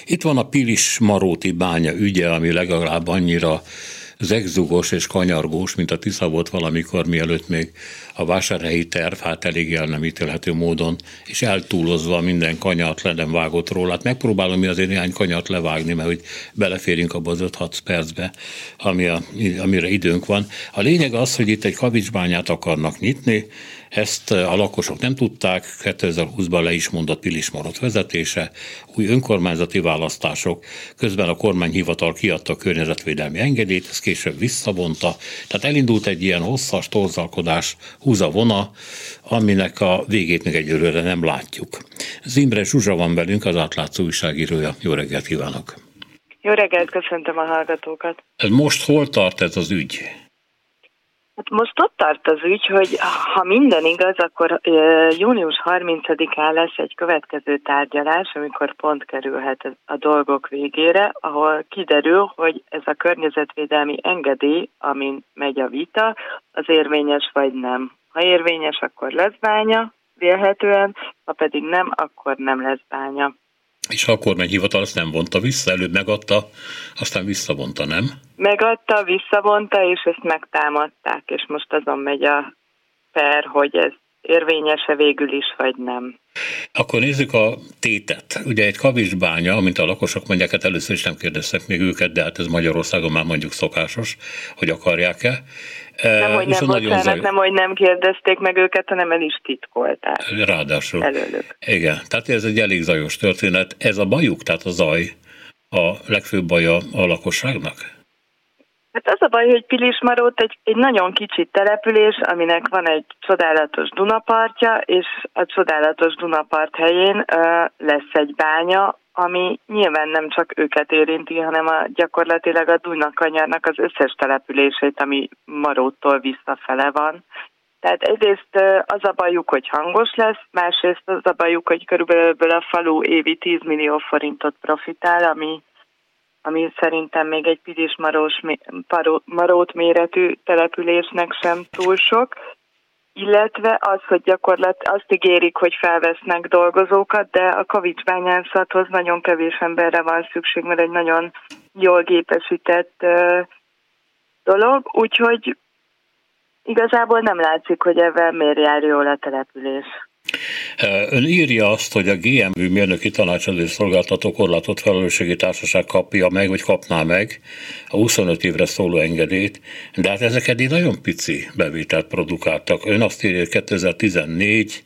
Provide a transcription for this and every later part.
Itt van a Pilismaróti bánya ügye, ami legalább annyira zegzugos és kanyargós, mint a Tisza volt valamikor, mielőtt még a vásárhelyi terv, hát elég el nem ítélhető módon, és eltúlozva minden kanyart le nem vágott róla. Hát megpróbálom mi azért néhány kanyart levágni, mert hogy beleférünk abba az 5-6 percbe, amire időnk van. A lényeg az, hogy itt egy kavicsbányát akarnak nyitni, ezt a lakosok nem tudták, 2020-ban le is mondott Pilismarott vezetése, új önkormányzati választások, közben a kormányhivatal kiadta a környezetvédelmi engedélyt, ezt később visszavonta, tehát elindult egy ilyen hosszas torzalkodás, húzavona, aminek a végét még egyelőre nem látjuk. Zimre Zsuzsa van velünk, az Átlátszó újságírója. Jó reggelt kívánok! Jó reggelt, köszöntöm a hallgatókat! Most hol tart ez az ügy? Hát most ott tart az ügy, hogy ha minden igaz, akkor június 30-án lesz egy következő tárgyalás, amikor pont kerülhet a dolgok végére, ahol kiderül, hogy ez a környezetvédelmi engedély, amin megy a vita, az érvényes vagy nem. Ha érvényes, akkor lesz bánya, vélhetően, ha pedig nem, akkor nem lesz bánya. És a kormányhivatal azt nem vonta vissza, előbb megadta, aztán visszavonta, nem? Megadta, visszavonta, és ezt megtámadták, és most azon megy a per, hogy ez érvényes-e végül is, vagy nem. Akkor nézzük a tétet. Ugye egy kavicsbánya, mint a lakosok mondják, hát először is nem kérdeztek még őket, de hát ez Magyarországon már mondjuk szokásos, hogy akarják-e. Nem, hogy nem kérdezték meg őket, hanem el is titkolták. Ráadásul. Előlük. Igen, tehát ez egy elég zajos történet. Ez a bajuk, tehát a zaj, a legfőbb baja a lakosságnak? Hát az a baj, hogy Pilismarót egy nagyon kicsi település, aminek van egy csodálatos Dunapartja, és a csodálatos Dunapart helyén lesz egy bánya, ami nyilván nem csak őket érinti, hanem gyakorlatilag a Dunakanyarnak az összes települését, ami Maróttól visszafele van. Tehát egyrészt az a bajuk, hogy hangos lesz, másrészt az a bajuk, hogy körülbelül a falu évi 10 millió forintot profitál, ami szerintem még egy Pilismarót méretű településnek sem túl sok, illetve az, hogy azt ígérik, hogy felvesznek dolgozókat, de a kavicsbányászathoz nagyon kevés emberre van szükség, mert egy nagyon jól gépesített dolog, úgyhogy igazából nem látszik, hogy ebben miért jár jól a település. Ön írja azt, hogy a GMV mérnöki tanácsadó szolgáltató korlátott felelősségi társaság kapja meg, vagy kapná meg a 25 évre szóló engedélyt, de hát ezek eddig nagyon pici bevételt produkáltak. Ön azt írja, hogy 2014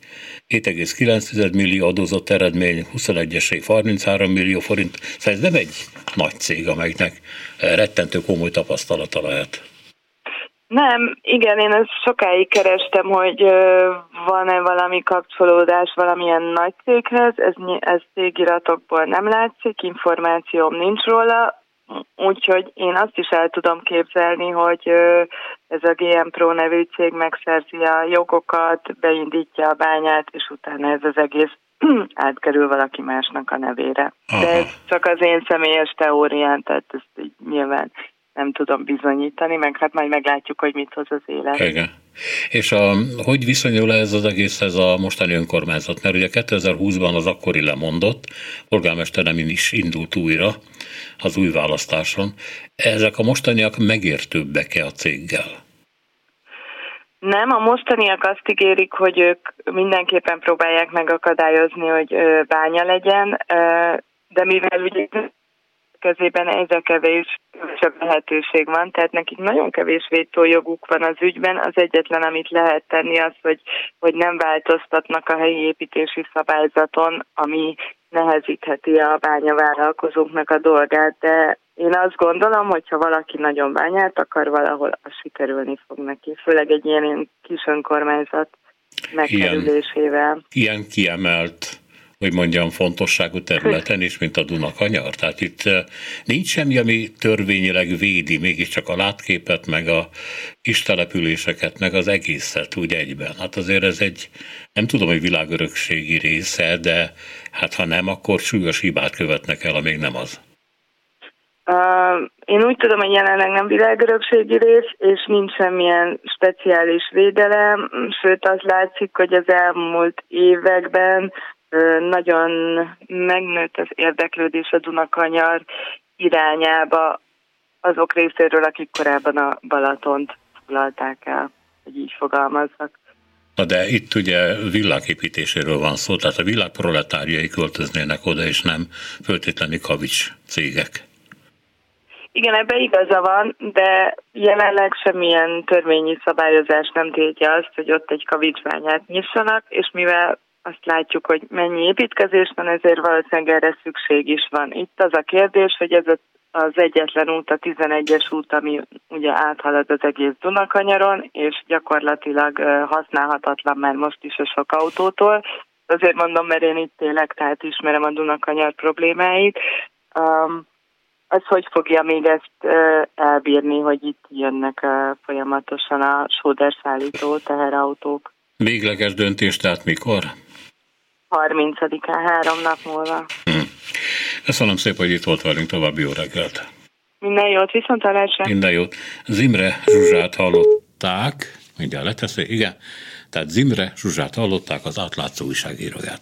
7,9 millió adózott eredmény, 21-es év 33 millió forint. Szóval ez nem egy nagy cég, amelynek rettentő komoly tapasztalata lehet. Nem, igen, én ezt sokáig kerestem, hogy van-e valami kapcsolódás valamilyen nagy céghez, ez cégiratokból nem látszik, információm nincs róla, úgyhogy én azt is el tudom képzelni, hogy ez a GM Pro nevű cég megszerzi a jogokat, beindítja a bányát, és utána ez az egész átkerül valaki másnak a nevére. De ez csak az én személyes teórián, tehát ezt így nyilván nem tudom bizonyítani, meg hát majd meglátjuk, hogy mit hoz az élet. Igen. És hogy viszonyul ez az egészhez a mostani önkormányzat? Mert ugye 2020-ban az akkori lemondott, polgármester nem is indult újra az új választáson. Ezek a mostaniak megértőbbek-e a céggel? Nem, a mostaniak azt ígérik, hogy ők mindenképpen próbálják megakadályozni, hogy bánya legyen, de mivel ugye kezében egyre kevés lehetőség van, tehát nekik nagyon kevés vétójoguk van az ügyben. Az egyetlen, amit lehet tenni, az, hogy nem változtatnak a helyi építési szabályzaton, ami nehezítheti a bányavállalkozóknak a dolgát, de én azt gondolom, hogy ha valaki nagyon bányát akar valahol, az sikerülni fog neki, főleg egy ilyen kis önkormányzat megkerülésével. Ilyen kiemelt, hogy mondjam, fontosságú területen is, mint a Dunakanyar. Tehát itt nincs semmi, ami törvényileg védi mégiscsak a látképet, meg a kis településeket, meg az egészet úgy egyben. Hát azért ez egy, nem tudom, hogy világörökségi része, de hát ha nem, akkor súlyos hibát követnek el, amíg nem az. Én úgy tudom, hogy jelenleg nem világörökségi rész, és nincs semmilyen speciális védelem, sőt az látszik, hogy az elmúlt években nagyon megnőtt az érdeklődés a Dunakanyar irányába azok részéről, akik korábban a Balatont foglalták el, hogy így fogalmazzak. Na de itt ugye villáképítéséről van szó, tehát a világ proletárjai költöznének oda, és nem föltétlenül kavics cégek. Igen, ebben igaza van, de jelenleg semmilyen törvényi szabályozás nem tiltja azt, hogy ott egy kavicsbányát nyissanak, és mivel azt látjuk, hogy mennyi építkezés van, ezért valószínűleg erre szükség is van. Itt az a kérdés, hogy ez az egyetlen út, a 11-es út, ami ugye áthalad az egész Dunakanyaron, és gyakorlatilag használhatatlan már most is a sok autótól. Azért mondom, mert én itt élek, tehát ismerem a Dunakanyar problémáit. Az hogy fogja még ezt elbírni, hogy itt jönnek folyamatosan a sóderszállító teherautók? Végleges döntés, tehát mikor? 30-án, 3 nap múlva. Köszönöm szépen, hogy itt volt velünk, további jó reggelt. Minden jót, viszontlátásra. Minden jót. Zimre Zsuzsát hallották, mindjárt leteszem, igen, tehát Zimre Zsuzsát hallották, az átlátszó újságíróját.